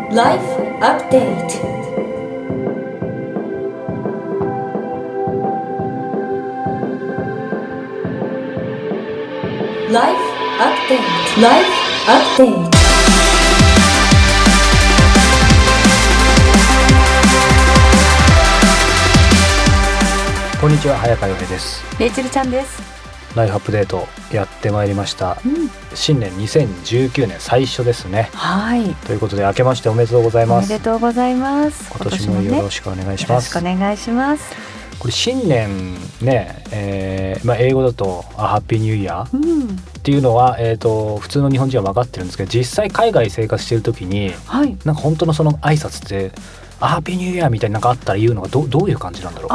Life Update Life Update Life Update こんにちは、早川洋平です。 レイチェルちゃんです。 ライフアップデートやってまいりました、新年2019年最初ですね。 はい、 ということで明けましておめでとうございます。 おめでとうございます。 今年もよろしくお願いします。 よろしくお願いします。 これ新年ね、英語だとハッピーニューイヤーっていうのは、普通の日本人は分かってるんですけど、実際海外生活してる時に、なんか本当のその挨拶ってハッピーニューイヤーみたいななんかあったら言うのがどういう感じなんだろう。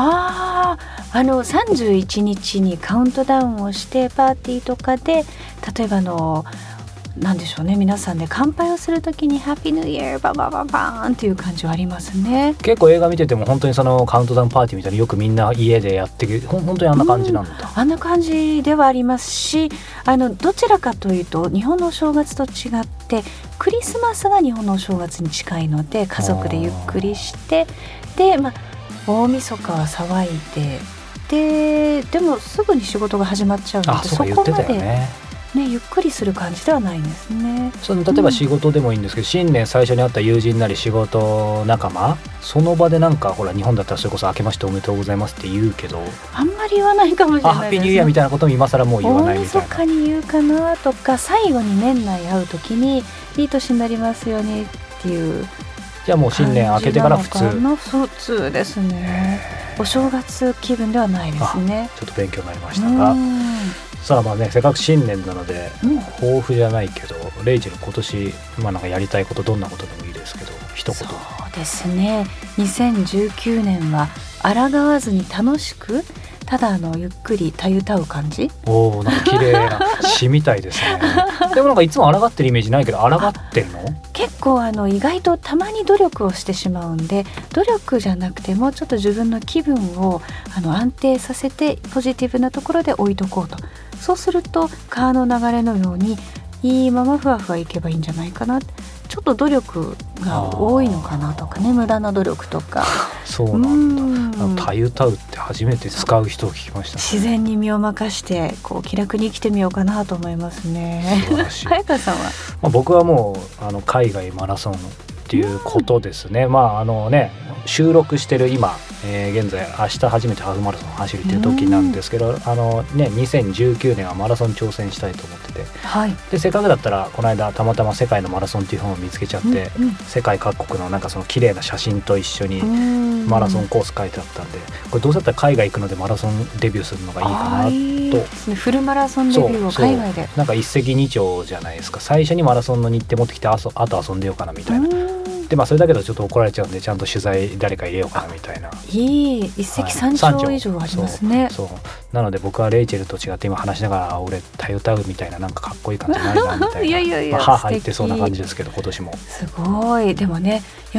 31日にカウントダウンをしてパーティーとかで、例えばなんでしょうね、皆さんで乾杯をするときにハッピーニューイヤーババババーンっていう感じはありますね。 結構映画見てても本当にそのカウントダウンパーティーみたいによくみんな家でやって本当にあんな感じなんだ。 あんな感じではありますし、どちらかというと日本のお正月と違ってクリスマスが日本のお正月に近いので、家族でゆっくりしてで、大晦日は騒いでもすぐに仕事が始まっちゃうので、そこまでゆっくりする感じではないんですね。 例えば仕事でもいいんですけど、新年最初に会った友人なり仕事仲間、その場でなんかほら日本だったらそれこそ明けましておめでとうございますって言うけど、 あんまり言わないかもしれないですね。 ハッピーニューイヤーみたいなことも今更もう言わないみたいな。 大晦日に言うかなとか、最後に年内会うときにいい年になりますよねっていう。 じゃあもう新年明けてから普通ですね。お正月気分ではないですね。 ちょっと勉強になりましたが、さあせっかく新年なので、抱負じゃないけど、レイチェル今年なんかやりたいこと、どんなことでもいいですけど一言。 そうですね、2019年は抗わずに楽しく、ただゆっくりたゆたう感じ。 なんか綺麗な詩みたいですね。でもなんかいつも抗ってるイメージないけど、抗ってんの？ 結構意外とたまに努力をしてしまうんで、努力じゃなくてもうちょっと自分の気分を安定させてポジティブなところで置いとこうと。そうすると川の流れのようにいいままふわふわいけばいいんじゃないかな。ちょっと努力が多いのかなとかね、無駄な努力とか。 そうなんだ。たゆたうって初めて使う人を聞きましたね。 自然に身を任して気楽に生きてみようかなと思いますね。 素晴らしい。 早川さんは？ 僕はもう海外マラソンっていうことですね。収録してる今、現在明日初めてハーフマラソン走るっていう時なんですけど、2019年はマラソン挑戦したいと思ってて、でせっかくだったらこの間たまたま世界のマラソンっていう本を見つけちゃって、世界各国のなんかその綺麗な写真と一緒にマラソンコース書いてあったんで、これどうせだったら海外行くのでマラソンデビューするのがいいかなと。 フルマラソンデビューを海外で。 なんか一石二鳥じゃないですか。最初にマラソンの日程持ってきて、あと遊んでようかなみたいな。でそれだけどちょっと怒られちゃうんで、ちゃんと取材誰か入れようかなみたいな。 いい、一石三鳥以上ありますね。 そうなので僕はレイチェルと違って今話しながら、俺たゆたうみたいな、なんかかっこいい感じないなみたいな。 いや歯入ってそうな感じですけど、今年もすごい。でもね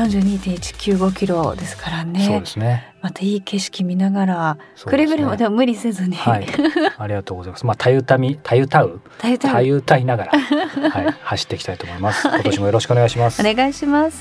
42.195 キロですからね。 そうですね。 またいい景色見ながら、くれぐれもでも無理せずに、 ありがとうございます。たゆたいながら、走っていきたいと思います。今年もよろしくお願いします。 お願いします。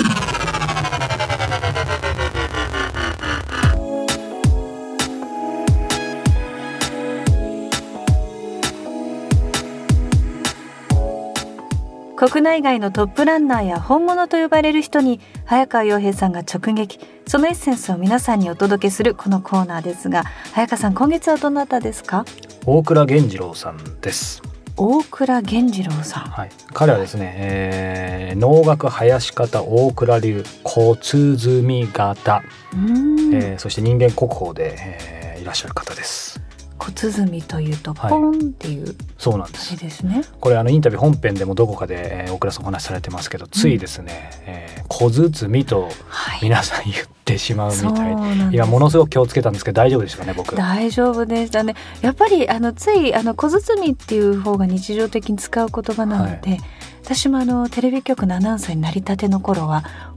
国内外のトップランナーや本物と呼ばれる人に早川洋平さんが直撃、そのエッセンスを皆さんにお届けするこのコーナーですが、早川さん、今月はどなたですか？ 大倉源次郎さんです。 大倉源次郎さん、 彼はですね、能楽囃子方大倉流小鼓型、そして人間国宝で、いらっしゃる方です。 小鼓というとポンっていう、 そうなんです。 ですね。これインタビュー本編でもどこかで、大倉さんお話しされてますけど、ついですね、小鼓と皆さん言ってしまうみたい。いや、ものすごく気をつけたんですけど、大丈夫でしたかね。僕大丈夫でしたね。やっぱりつい小鼓っていう方が日常的に使う言葉なので、私もテレビ局のアナウンサーになりたての頃は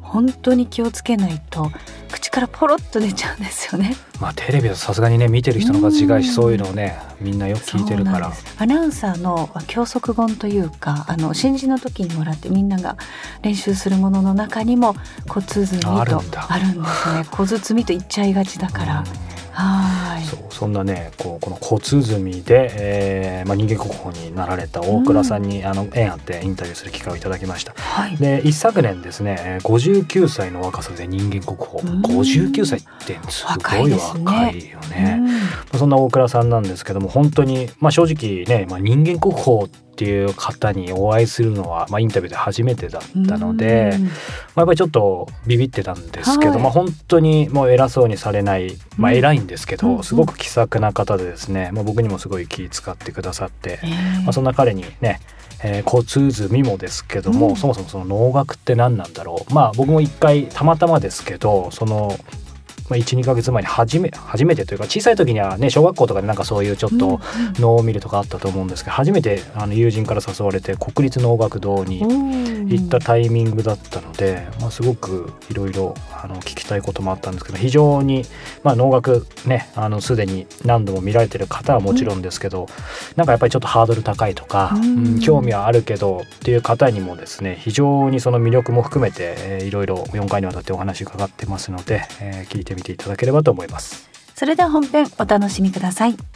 本当に気をつけないと口からポロッと出ちゃうんですよね。 テレビはさすがにね見てる人の数違いし、そういうのをねみんなよく聞いてるから。 アナウンサーの教則本というか新人の時にもらってみんなが練習するものの中にも小鼓とあるんですね。小鼓と言っちゃいがちだから。 そんなねこの小鼓で、人間国宝になられた大倉さんに、縁あってインタビューする機会をいただきました。で一昨年ですね59歳の若さで人間国宝、59歳ってすごい若いよね。そんな大倉さんなんですけども、本当に、正直ね、人間国宝っていう方にお会いするのは、インタビューで初めてだったので、やっぱりちょっとビビってたんですけど、本当にもう偉そうにされない、偉いんですけど、すごく気さくな方でですね、僕にもすごい気遣ってくださって、そんな彼にね、小鼓もですけども、そもそもその能楽って何なんだろう。僕も一回たまたまですけど1、2ヶ月前に初めてというか、小さい時にはね小学校とかでなんかそういうちょっと能を見るとかあったと思うんですけど、初めて友人から誘われて国立能楽堂に行ったタイミングだったので、すごくいろいろ聞きたいこともあったんですけど、非常に能楽ねすでに何度も見られてる方はもちろんですけど、なんかやっぱりちょっとハードル高いとか、興味はあるけどっていう方にもですね、非常にその魅力も含めていろいろ4回にわたってお話伺ってますので、聞いてみていただければと思います。 それでは本編お楽しみください。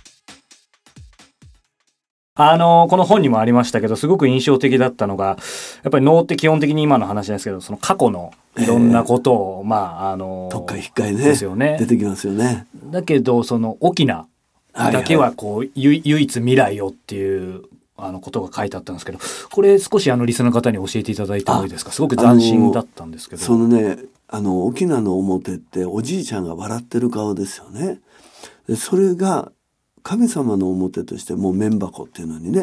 この本にもありましたけど、すごく印象的だったのが、やっぱり能って基本的に今の話ですけど、その過去のいろんなことを、 特会引っかえねですよね、 出てきますよね。 だけどその翁だけはこう、唯一未来をっていうことが書いてあったんですけど、これ少しリスナーの方に教えていただいてもいいですか。すごく斬新だったんですけど、 そのね翁の表っておじいちゃんが笑ってる顔ですよね。でそれが神様の表としてもう面箱っていうのにね、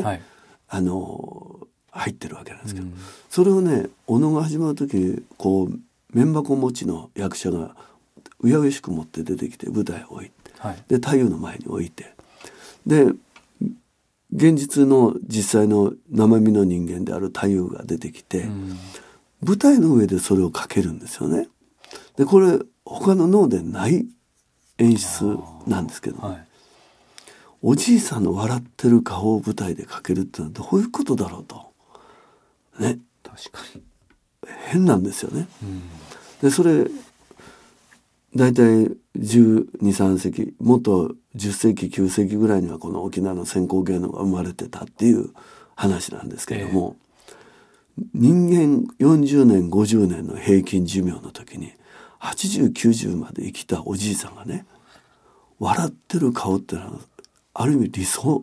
入ってるわけなんですけど、それをねお能が始まる時にこう面箱持ちの役者がうやうやしく持って出てきて舞台を置いて、で太陽の前に置いて、で現実の実際の生身の人間である太陽が出てきて、舞台の上でそれをかけるんですよね。でこれ他の能でない演出なんですけど、おじいさんの笑ってる顔を舞台でかけるってのはどういうことだろうとね、 確かに変なんですよね。でそれだいたい12、13世紀、もっと10世紀9世紀ぐらいにはこの沖縄の先行芸能が生まれてたっていう話なんですけれども、人間40年50年の平均寿命の時に80、90まで生きたおじいさんがね笑ってる顔ってのはある意味理想、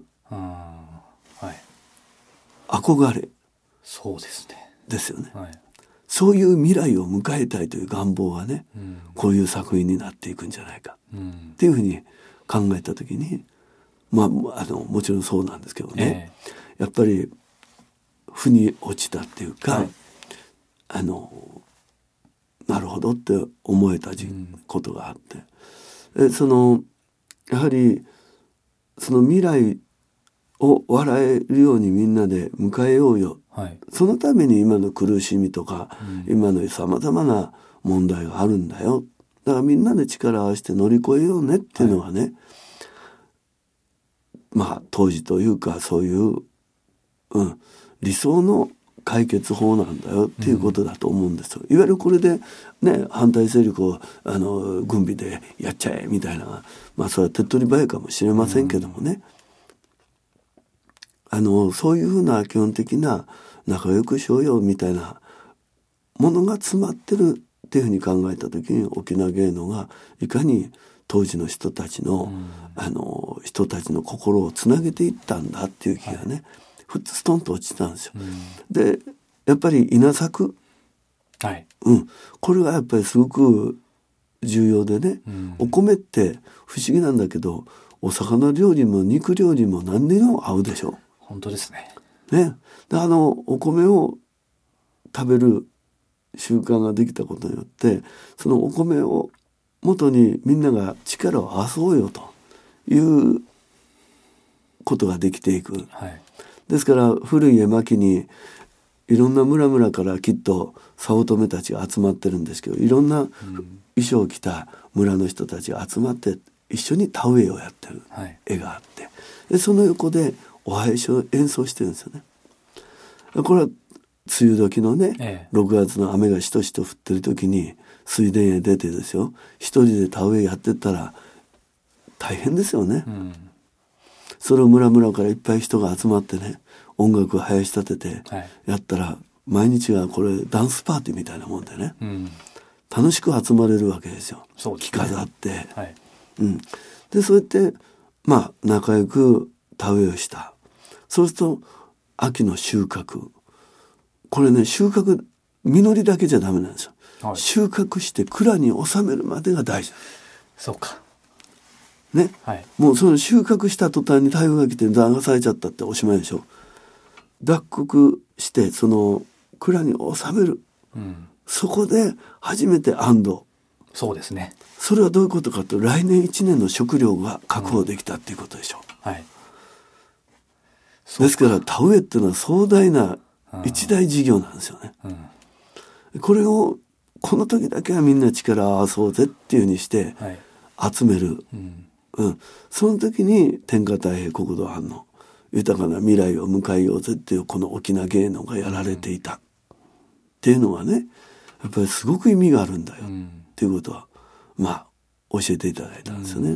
憧れ、 そうですね、 ですよね。そういう未来を迎えたいという願望がね、こういう作品になっていくんじゃないかっていうふうに考えた時に、もちろんそうなんですけどね、やっぱり腑に落ちたっていうか、なるほどって思えたことがあって、やはりその未来を笑えるようにみんなで迎えようよ、そのために今の苦しみとか、今のさまざまな問題があるんだよ、だからみんなで力を合わせて乗り越えようねっていうのがね、当時というかそういう、理想の解決法なんだよっていうことだと思うんですよ。いわゆるこれでね反対勢力を軍備でやっちゃえみたいな、それは手っ取り早いかもしれませんけどもね、そういうふうな基本的な仲良くしようよみたいなものが詰まってるっていうふうに考えた時に、沖縄芸能がいかに当時の人たちの、人たちの心をつなげていったんだっていう気がね、ストンと落ちたんですよ。でやっぱり稲作、これがやっぱりすごく重要でね、お米って不思議なんだけどお魚料理も肉料理も何にも合うでしょ。 本当ですね。 でお米を食べる習慣ができたことによって、そのお米を元にみんなが力を合わそうよということができていく、ですから古い絵巻にいろんな村々からきっと早乙女たちが集まってるんですけど、いろんな衣装を着た村の人たちが集まって一緒に田植えをやってる絵があって、でその横でお囃子を演奏してるんですよね。これは梅雨時のね、6月の雨がしとしと降ってる時に水田へ出てですよ、一人で田植えやってったら大変ですよね、それを村々からいっぱい人が集まってね、音楽を囃し立ててやったら、毎日がこれダンスパーティーみたいなもんでね、楽しく集まれるわけですよ。着飾って、でそうやって仲良く田植えをした。そうすると秋の収穫、これね、収穫実りだけじゃダメなんですよ、収穫して蔵に収めるまでが大事。 そうかね、もうその収穫した途端に台風が来て流されちゃったっておしまいでしょ。脱穀してその蔵に収める、そこで初めて安堵。 そうですね。 それはどういうことかと、来年1年の食料が確保できたっていうことでしょ、ですから田植えっていうのは壮大な一大事業なんですよね、これをこの時だけはみんな力を合わそうぜっていうふうにして集める、その時に天下太平国土藩の豊かな未来を迎えようぜっていうこの沖縄芸能がやられていたっていうのはね、やっぱりすごく意味があるんだよっていうことは教えていただいたんですよね、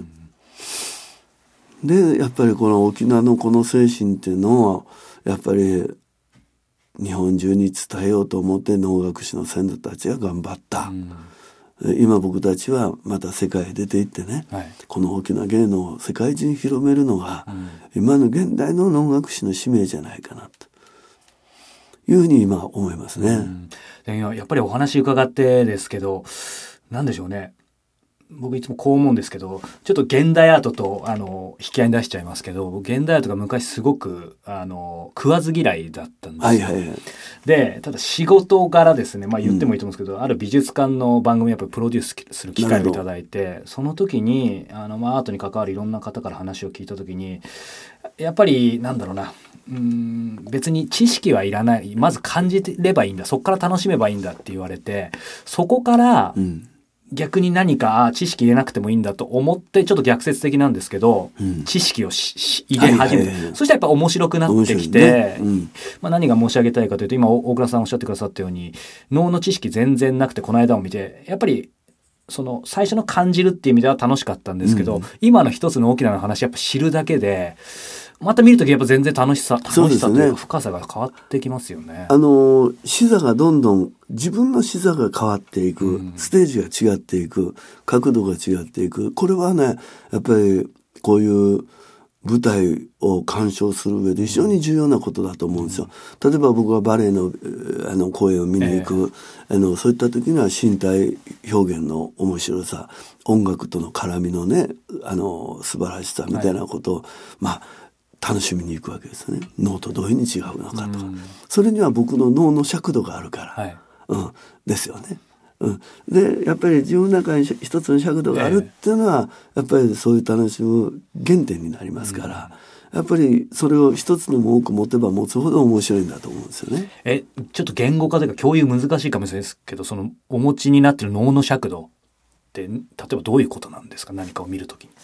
でやっぱりこの沖縄のこの精神っていうのはやっぱり日本中に伝えようと思って能楽師の先祖たちが頑張った、今僕たちはまた世界へ出て行ってね、この沖縄芸能を世界中に広めるのが、今の現代の能楽師の使命じゃないかなというふうに今思いますね、 やっぱりお話伺ってですけど、なんでしょうね、僕いつもこう思うんですけど、ちょっと現代アートと引き合いに出しちゃいますけど、現代アートが昔すごく食わず嫌いだったんですよ、でただ仕事柄ですね、言ってもいいと思うんですけど、ある美術館の番組をやっぱりプロデュースする機会をいただいて、その時にアートに関わるいろんな方から話を聞いた時に、やっぱりなんだろうな、別に知識はいらない、まず感じればいいんだ、そこから楽しめばいいんだって言われて、そこから、逆に何か知識入れなくてもいいんだと思って、ちょっと逆説的なんですけど、知識を入れ始めて、そしたらやっぱ面白くなってきて、何が申し上げたいかというと、今大倉さんおっしゃってくださったように、能の知識全然なくてこの間を見て、やっぱりその最初の感じるっていう意味では楽しかったんですけど、今の一つの大きな話やっぱ知るだけでまた見るときやっぱ全然楽しさというか深さが変わってきますよね。 視座がどんどん自分の視座が変わっていく、ステージが違っていく、角度が違っていく、これはねやっぱりこういう舞台を鑑賞する上で非常に重要なことだと思うんですよ。例えば僕がバレエの公演を見に行く、そういった時には身体表現の面白さ、音楽との絡みのね素晴らしさみたいなことを楽しみに行くわけですね。脳とどういうふうに違うのかとか、それには僕の脳の尺度があるから、ですよね。でやっぱり自分の中に一つの尺度があるっていうのは、やっぱりそういう楽しむ原点になりますから、やっぱりそれを一つのも多く持てば持つほど面白いんだと思うんですよね。 ちょっと言語化というか共有難しいかもしれないですけど、そのお持ちになっている脳の尺度って例えばどういうことなんですか？何かを見るときに。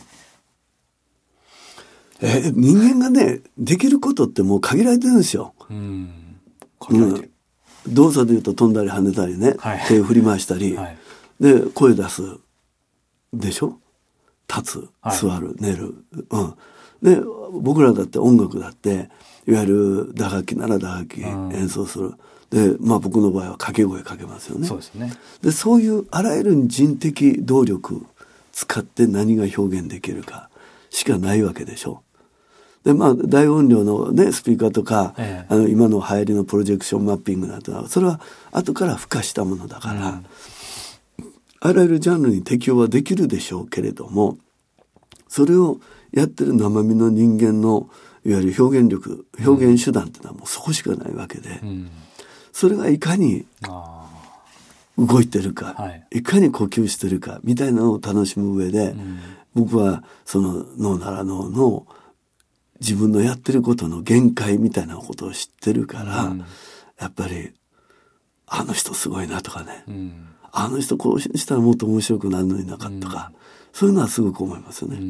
人間がねできることってもう限られてるんですよ。 限られてる。 動作でいうと飛んだり跳ねたりね、手を振り回したり、で声出すでしょ、立つ、座る、寝る、で僕らだって音楽だっていわゆる打楽器なら打楽器演奏する、で僕の場合は掛け声かけますよね。 そうですね。 でそういうあらゆる人的動力使って何が表現できるかしかないわけでしょ。で大音量のねスピーカーとか、今の流行りのプロジェクションマッピングなんてのはそれは後から付加したものだから、あらゆるジャンルに適用はできるでしょうけれども、それをやってる生身の人間のいわゆる表現力、表現手段っていうのはもうそこしかないわけで、それがいかに動いてるか、いかに呼吸してるかみたいなのを楽しむ上で、僕はその脳なら脳の自分のやってることの限界みたいなことを知ってるから、 やっぱりあの人すごいなとかね、あの人こうしたらもっと面白くなるのになかったとか、そういうのはすごく思いますね。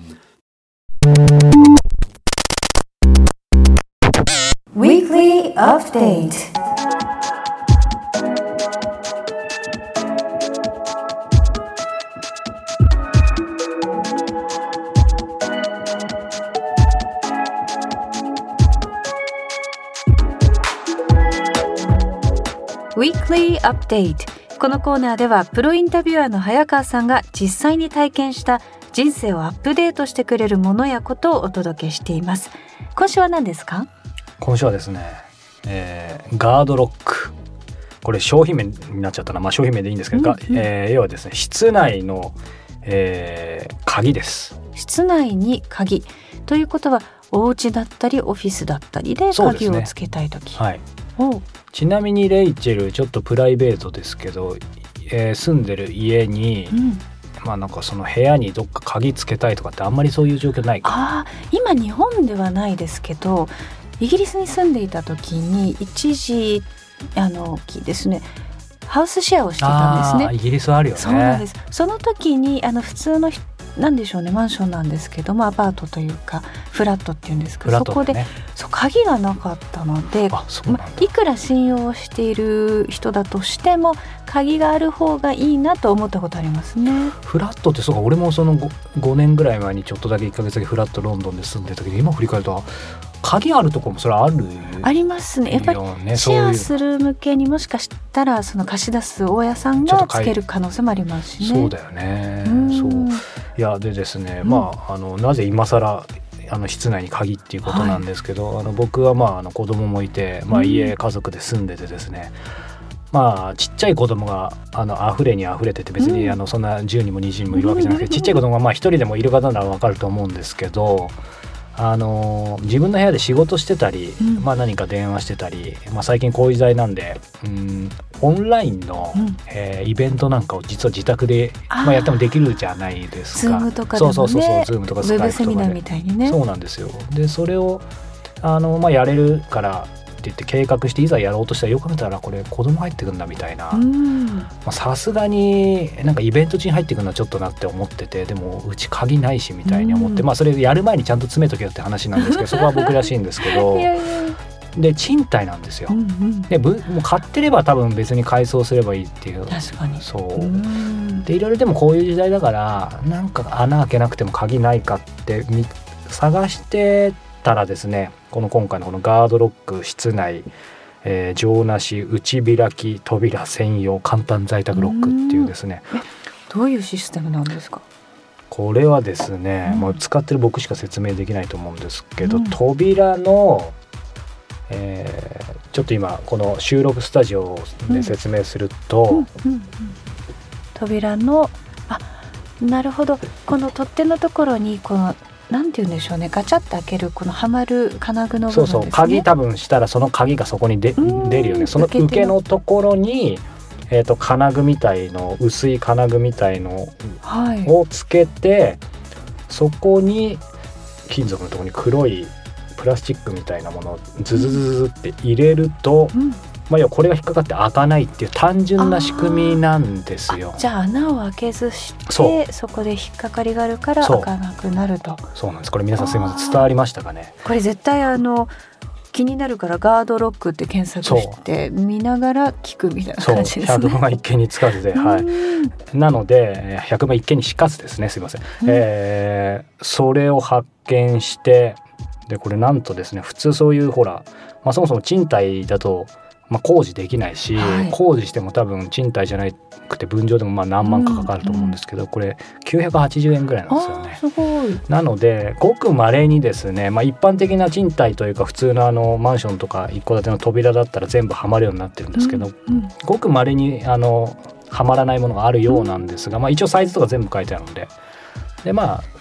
Weekly Update。 Weekly Update。このコーナーではプロインタビュアーの早川さんが実際に体験した人生をアップデートしてくれるものやことをお届けしています。今週は何ですか？ 今週はですね、ガードロック。これ商品名になっちゃったな、商品名でいいんですけど、要はですね、室内の、鍵です。 室内に鍵ということはお家だったりオフィスだったりで鍵をつけたいとき、 はい、ちなみにレイチェルちょっとプライベートですけど、住んでる家に、なんかその部屋にどっか鍵つけたいとかってあんまりそういう状況ないか。 今日本ではないですけど、イギリスに住んでいた時に一時ですね、ハウスシェアをしてたんですね。 イギリスはあるよね。 そうなんです。その時に普通のなんでしょうね、マンションなんですけども、アパートというかフラットっていうんですけど、そこで鍵がなかったので、いくら信用している人だとしても鍵がある方がいいなと思ったことありますね。 フラットってそうか、俺もその 5年ぐらい前にちょっとだけ1ヶ月だけフラットロンドンで住んでたけど、今振り返ると鍵あるところもそれありますね。 やっぱりシェアする向けにもしかしたらその貸し出す大家さんがつける可能性もありますしね。 そうだよね。そういやでですね、なぜ今更室内に鍵っていうことなんですけど、僕は子供もいて、家族で住んでてですね、ちっちゃい子供が溢れに溢れてて、別にそんな10人も20人もいるわけじゃなくて、ちっちゃい子供が一人でもいる方なら分かると思うんですけど、自分の部屋で仕事してたり、何か電話してたり、最近こういう時代なんで、オンラインの、イベントなんかを実は自宅で、やってもできるじゃないですか。 ズームとかでもね、 そうズームとかスカイプとかで、 ウェブセミナーみたいにね。 そうなんですよ。でそれをやれるからって言って計画して、いざやろうとしたらよく見たらこれ子供入ってくんだみたいな、さすがになんかイベント中に入ってくるのはちょっとなって思ってて、でもうち鍵ないしみたいに思って、それやる前にちゃんと詰めとけよって話なんですけど、そこは僕らしいんですけどで賃貸なんですよ。でもう買ってれば多分別に改装すればいいっていう。 確かにそうで、いろいろでもこういう時代だから、なんか穴開けなくても鍵ないかって探してたらですね、今回のこのガードロック室内、錠なし内開き扉専用簡単在宅ロックっていうですね。 どういうシステムなんですか？ これはですね、もう使ってる僕しか説明できないと思うんですけど、扉の、ちょっと今この収録スタジオで説明すると、 扉のなるほど、この取っ手のところにこのなんて言うんでしょうね、ガチャッと開けるこのはまる金具の部分ですね。 鍵多分したらその鍵がそこに出るよね。その受けのところに、金具みたいの、薄い金具みたいのをつけて、そこに金属のところに黒いプラスチックみたいなものをズズズズって入れると、要はこれが引っかかって開かないっていう単純な仕組みなんですよ。 じゃあ穴を開けずしてそこで引っかかりがあるから開かなくなると。 そうなんです。これ皆さんすいません、伝わりましたかね。 これ絶対気になるからガードロックって検索して見ながら聞くみたいな感じですね。 100万一見につかずで、なので100万一見にしかずですね、すいません。それを発見して、でこれなんとですね、普通そういうそもそも賃貸だと工事できないし、工事しても多分賃貸じゃなくて分譲でも何万かかると思うんですけど、これ980円ぐらいなんですよね。 すごい。 なのでごく稀にですね、一般的な賃貸というか普通のマンションとか一戸建ての扉だったら全部はまるようになってるんですけど、ごく稀にはまらないものがあるようなんですが、一応サイズとか全部書いてあるので、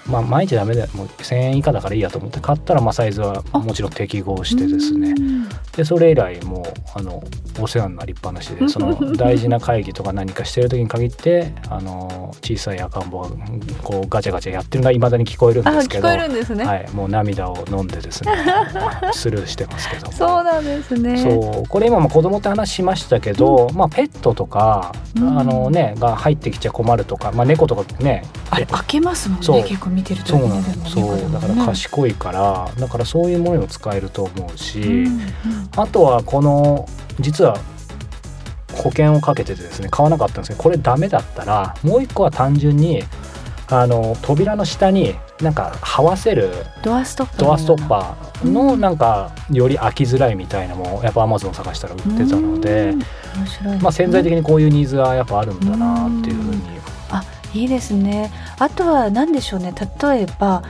毎日ダメだよ、もう1000円以下だからいいやと思って買ったら、サイズはもちろん適合してですね、でそれ以来もうお世話になりっぱなしで、その大事な会議とか何かしてる時に限って小さい赤ん坊がこうガチャガチャやってるのが未だに聞こえるんですけど、 聞こえるんですね、 はい、もう涙を飲んでですねスルーしてますけども。 そうなんですね。 そうこれ今も子供って話しましたけど、ペットとかが入ってきちゃ困るとか、猫とかねあれ開けますもんね、結構見てるとね。 そうだから賢いから、だからそういうものにも使えると思うし、あとはこの実は保険をかけててですね買わなかったんですけど、これダメだったらもう一個は単純に扉の下になんか這わせるドアストッパーのなんかより開きづらいみたいなもやっぱ Amazon 探したら売ってたので、 面白いですね。 潜在的にこういうニーズはやっぱあるんだなっていうふうに。 いいですね。あとは何でしょうね、例えば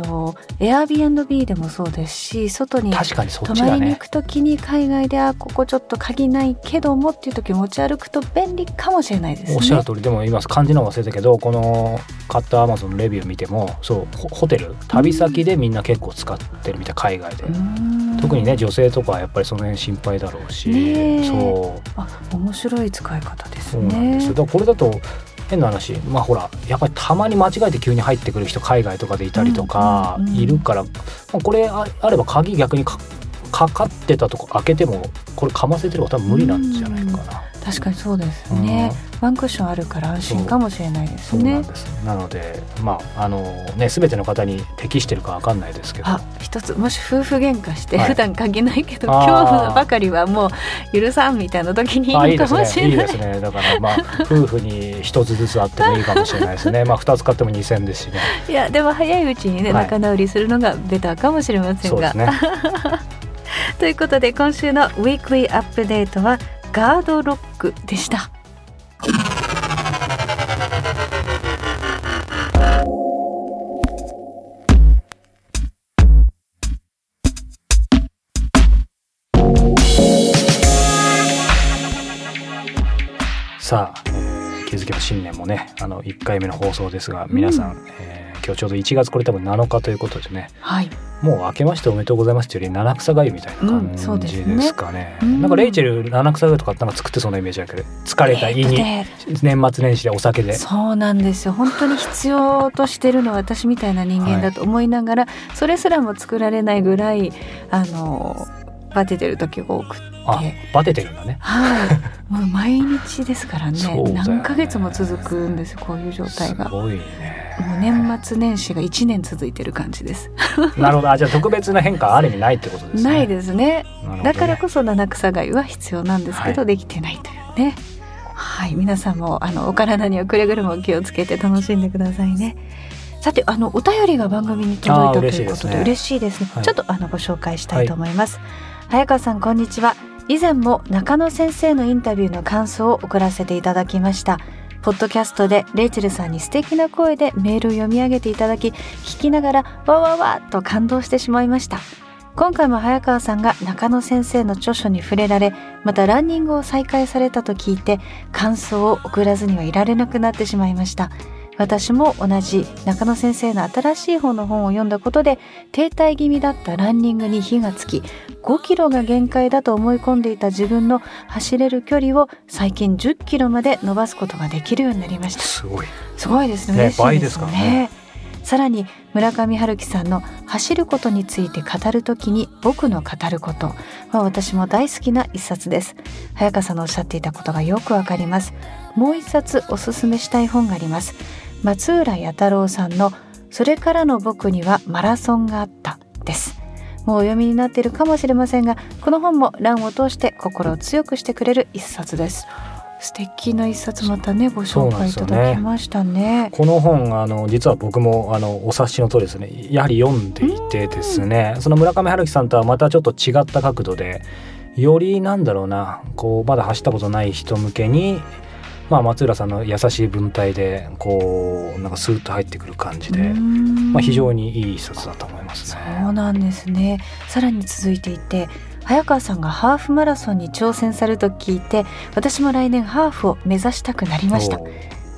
Airbnb でもそうですし、外に泊まりに行くときに海外でここちょっと鍵ないけどもっていうとき持ち歩くと便利かもしれないですね。 おっしゃる通り。でも今漢字の忘れたけど、この買った Amazon のレビュー見てもホテル旅先でみんな結構使ってるみたい、海外で。特にね女性とかはやっぱりその辺心配だろうし、 面白い使い方ですね。 そうなんですよ。だからこれだと変な話、ほらやっぱりたまに間違えて急に入ってくる人海外とかでいたりとかいるから、これあれば鍵逆にかかってたとこ開けてもこれかませてる方は無理なんじゃないかな。 確かにそうですね、ワンクッションあるから安心かもしれないですね。 そうなんです。なので全ての方に適してるか分かんないですけど、 一つもし夫婦喧嘩して普段鍵ないけど、恐怖ばかりはもう許さんみたいな時にいいかもしれない。 いいですね。だから夫婦に一つずつあってもいいかもしれないですね。2つ買っても2000ですしね。 いやでも早いうちにね、仲直りするのがベターかもしれませんが。 そうですねということで今週のウィークリーアップデートはガードロックでした。 さあ、気づけば新年もね1回目の放送ですが、皆さん、今日ちょうど1月これ多分7日ということでね、もう明けましておめでとうございますというより七草がゆみたいな感じですかね。なんかレイチェル七草がゆとかなんか作ってそうなイメージだけど、疲れた胃に年末年始でお酒で。そうなんですよ。本当に必要としてるのは私みたいな人間だと思いながら、それすらも作られないぐらいバテてる時が多くて。バテてるんだね。もう毎日ですからね。何ヶ月も続くんですよ、こういう状態が。すごいね。もう年末年始が1年続いてる感じです。 なるほど。じゃあ特別な変化はある意味ないってことですね。 ないですね。だからこそ七草がゆは必要なんですけど、できてないというね。皆さんもお体にはくれぐれも気をつけて楽しんでくださいね。さてお便りが番組に届いたということで嬉しいですね。ちょっとご紹介したいと思います。早川さんこんにちは。以前も中野先生のインタビューの感想を送らせていただきました。ポッドキャストでレイチェルさんに素敵な声でメールを読み上げていただき、聞きながらわわわと感動してしまいました。今回も早川さんが中野先生の著書に触れられ、またランニングを再開されたと聞いて、感想を送らずにはいられなくなってしまいました。私も同じ中野先生の新しい本を読んだことで、停滞気味だったランニングに火がつき、5キロが限界だと思い込んでいた自分の走れる距離を最近10キロまで伸ばすことができるようになりました。すごいですね。嬉しいですよね。さらに村上春樹さんの走ることについて語るときに僕の語ることは私も大好きな一冊です。早川さんのおっしゃっていたことがよくわかります。もう一冊おすすめしたい本があります。松浦弥太郎さんのそれからの僕にはマラソンがあったです。もうお読みになっているかもしれませんが、この本も欄を通して心を強くしてくれる一冊です。素敵な一冊またねご紹介いただきましたね。この本実は僕もお察しの通りですね、やはり読んでいてですね、その村上春樹さんとはまたちょっと違った角度で、よりまだ走ったことない人向けに、松浦さんの優しい文体でなんかスーッと入ってくる感じで、非常にいい一冊だと思いますね。 そうなんですね。さらに続いていて、早川さんがハーフマラソンに挑戦されると聞いて、私も来年ハーフを目指したくなりました。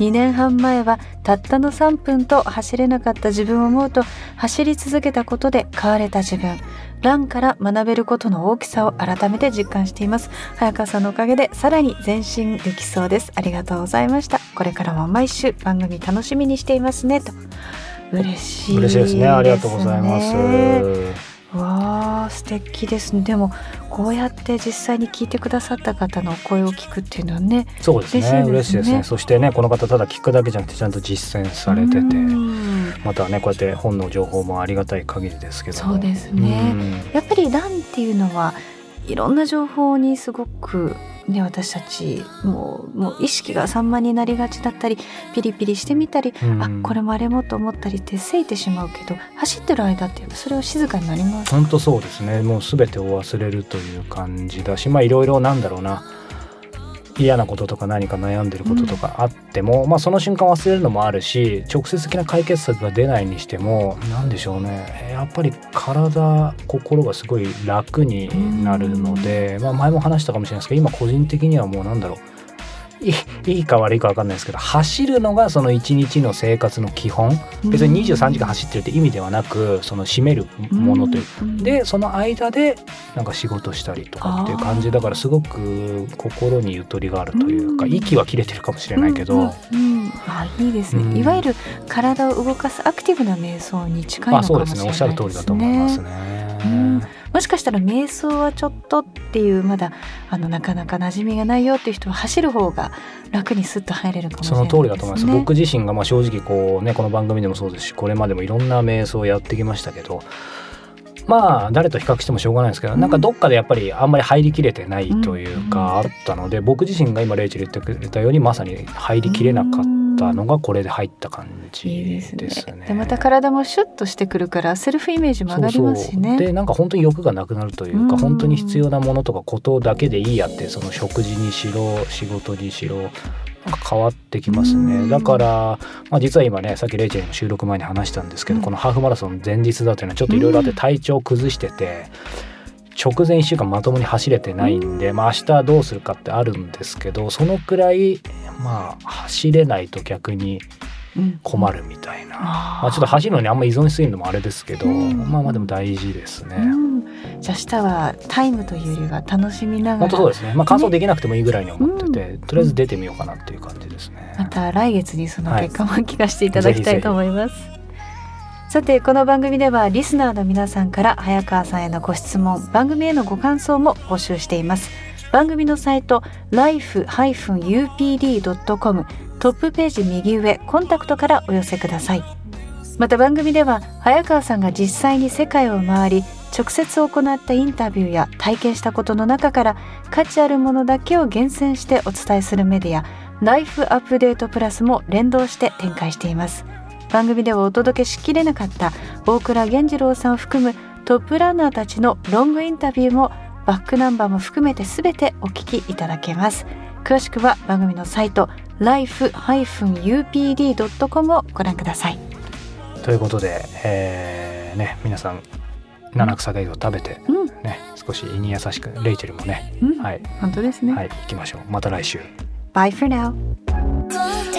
2年半前はたったの3分と走れなかった自分を思うと、走り続けたことで変われた自分、ランから学べることの大きさを改めて実感しています。早川さんのおかげでさらに前進できそうです。ありがとうございました。これからも毎週番組楽しみにしていますねと。嬉しいですね。 ありがとうございます。 わあ、素敵ですね。でもこうやって実際に聞いてくださった方の声を聞くっていうのはね、 そうですね、嬉しいですね。そしてね、この方ただ聞くだけじゃなくてちゃんと実践されてて、またねこうやって本の情報もありがたい限りですけども。 そうですね、やっぱりランっていうのはいろんな情報にすごくね、私たちもう意識が散漫になりがちだったり、ピリピリしてみたり、あ、これもあれもと思ったりってせいてしまうけど、走ってる間ってそれは静かになります。 本当そうですね。もう全てを忘れるという感じだし、いろいろなんだろうな、嫌なこととか何か悩んでることとかあっても、その瞬間忘れるのもあるし、直接的な解決策が出ないにしても、なんでしょうね、やっぱり体心がすごい楽になるので、前も話したかもしれないですけど、今個人的にはもうなんだろう、いいか悪いか分かんないですけど、走るのがその一日の生活の基本、別に23時間走ってるって意味ではなく、その占めるものというで、その間でなんか仕事したりとかっていう感じだから、すごく心にゆとりがあるというか、息は切れてるかもしれないけど、 いいですね、いわゆる体を動かすアクティブな瞑想に近いのかもしれないですね。 そうですね、おっしゃる通りだと思いますね。 もしかしたら瞑想はちょっとっていう、まだなかなか馴染みがないよっていう人は走る方が楽にスッと入れるかもしれないですね。 その通りだと思います。僕自身が正直この番組でもそうですし、これまでもいろんな瞑想をやってきましたけど、誰と比較してもしょうがないですけど、なんかどっかでやっぱりあんまり入りきれてないというかあったので、僕自身が今レイチェル言ってくれたようにまさに入りきれなかったのがこれで入った感じですね。 でまた体もシュッとしてくるからセルフイメージも上がりますしね。 でなんか本当に欲がなくなるというか、本当に必要なものとかことだけでいいやって、その食事にしろ仕事にしろなんか変わってきますね。だから、実は今ね、さっきレイチェルの収録前に話したんですけど、このハーフマラソン前日だというのはちょっといろいろあって体調を崩してて、直前1週間まともに走れてないんで、明日どうするかってあるんですけど、そのくらい走れないと逆に困るみたいな、ちょっと走るのにあんま依存しすぎるのもあれですけど、でも大事ですね。 じゃあ明日はタイムというよりは楽しみながら、 本当そうですね、完走できなくてもいいぐらいに思ってて、とりあえず出てみようかなっていう感じですね。 また来月にその結果も聞かせていただきたいと思います。さて、この番組ではリスナーの皆さんから早川さんへのご質問、番組へのご感想も募集しています。番組のサイト life-upd.com トップページ右上コンタクトからお寄せください。また番組では早川さんが実際に世界を回り直接行ったインタビューや体験したことの中から価値あるものだけを厳選してお伝えするメディアライフアップデートプラスも連動して展開しています。番組ではお届けしきれなかった大倉源次郎さんを含むトップランナーたちのロングインタビューもバックナンバーも含めて全てお聞きいただけます。詳しくは番組のサイト life-upd.com をご覧ください。 ということで、皆さん七草がゆを食べて、少し胃に優しく、レイチェルもね、 本当ですね。 行きましょう。また来週。 Bye for now.